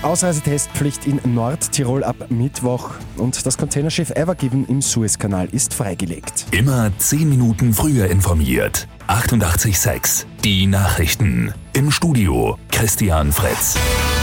Ausreisetestpflicht in Nordtirol ab Mittwoch und das Containerschiff Ever Given im Suezkanal ist freigelegt. Immer 10 Minuten früher informiert. 88,6. Die Nachrichten. Im Studio Christian Fretz.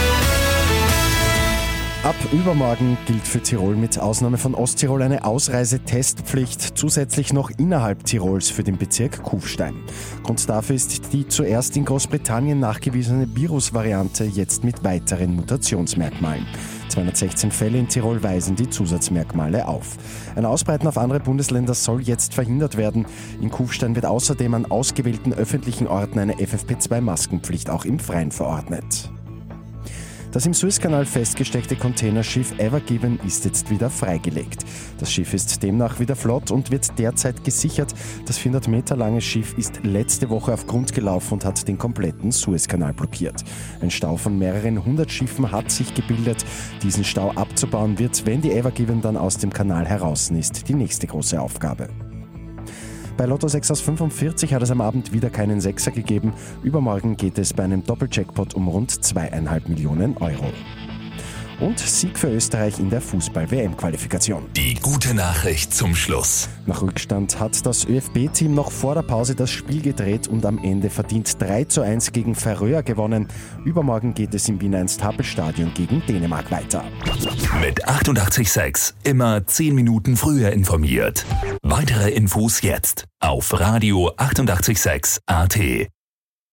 Ab übermorgen gilt für Tirol mit Ausnahme von Osttirol eine Ausreisetestpflicht, zusätzlich noch innerhalb Tirols für den Bezirk Kufstein. Grund dafür ist die zuerst in Großbritannien nachgewiesene Virusvariante, jetzt mit weiteren Mutationsmerkmalen. 216 Fälle in Tirol weisen die Zusatzmerkmale auf. Ein Ausbreiten auf andere Bundesländer soll jetzt verhindert werden. In Kufstein wird außerdem an ausgewählten öffentlichen Orten eine FFP2-Maskenpflicht auch im Freien verordnet. Das im Suezkanal festgesteckte Containerschiff Ever Given ist jetzt wieder freigelegt. Das Schiff ist demnach wieder flott und wird derzeit gesichert. Das 400 Meter lange Schiff ist letzte Woche auf Grund gelaufen und hat den kompletten Suezkanal blockiert. Ein Stau von mehreren 100 Schiffen hat sich gebildet. Diesen Stau abzubauen wird, wenn die Ever Given dann aus dem Kanal heraus ist, die nächste große Aufgabe. Bei Lotto 6 aus 45 hat es am Abend wieder keinen Sechser gegeben. Übermorgen geht es bei einem Doppeljackpot um rund 2,5 Millionen Euro. Und Sieg für Österreich in der Fußball-WM-Qualifikation. Die gute Nachricht zum Schluss. Nach Rückstand hat das ÖFB-Team noch vor der Pause das Spiel gedreht und am Ende verdient 3:1 gegen Färöer gewonnen. Übermorgen geht es im Wiener Ernst-Happel-Stadion gegen Dänemark weiter. Mit 88,6 immer 10 Minuten früher informiert. Weitere Infos jetzt auf Radio 88,6 AT.